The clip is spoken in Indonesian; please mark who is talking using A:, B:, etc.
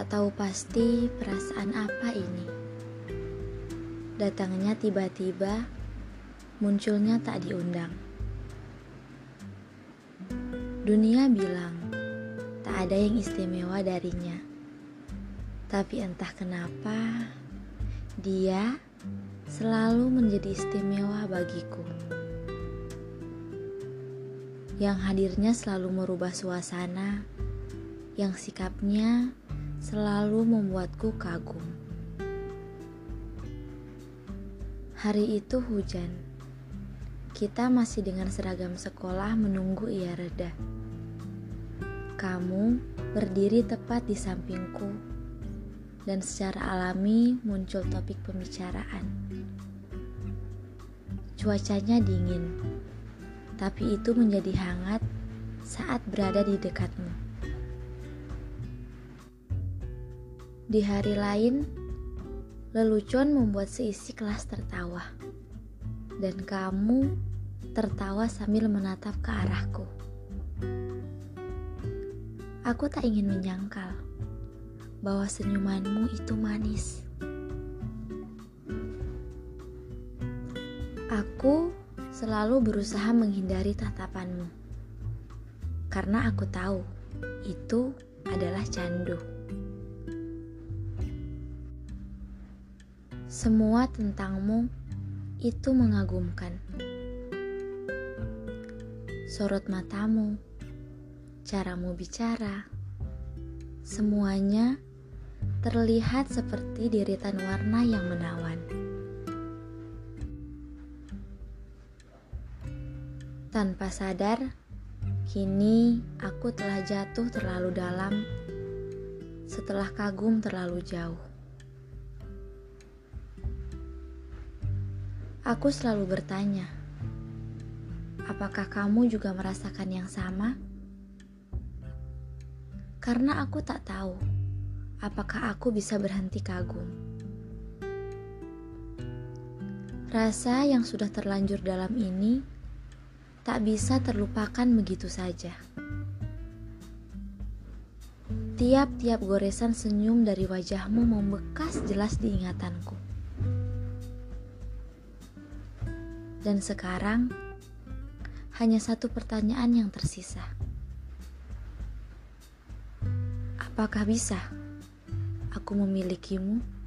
A: Tak tahu pasti perasaan apa ini. Datangnya tiba-tiba, munculnya tak diundang. Dunia bilang tak ada yang istimewa darinya. Tapi entah kenapa, dia selalu menjadi istimewa bagiku. Yang hadirnya selalu merubah suasana, yang sikapnya selalu membuatku kagum. Hari itu hujan. Kita masih dengan seragam sekolah menunggu ia reda. Kamu berdiri tepat di sampingku, dan secara alami muncul topik pembicaraan. Cuacanya dingin, tapi itu menjadi hangat saat berada di dekatmu. Di hari lain, lelucon membuat seisi kelas tertawa, dan kamu tertawa sambil menatap ke arahku. Aku tak ingin menyangkal bahwa senyumanmu itu manis. Aku selalu berusaha menghindari tatapanmu, karena aku tahu itu adalah candu. Semua tentangmu itu mengagumkan. Sorot matamu, caramu bicara, semuanya terlihat seperti deretan warna yang menawan. Tanpa sadar, kini aku telah jatuh terlalu dalam setelah kagum terlalu jauh. Aku selalu bertanya, apakah kamu juga merasakan yang sama? Karena aku tak tahu apakah aku bisa berhenti kagum. Rasa yang sudah terlanjur dalam ini tak bisa terlupakan begitu saja. Tiap-tiap goresan senyum dari wajahmu membekas jelas di ingatanku. Dan sekarang, hanya satu pertanyaan yang tersisa. Apakah bisa aku memilikimu?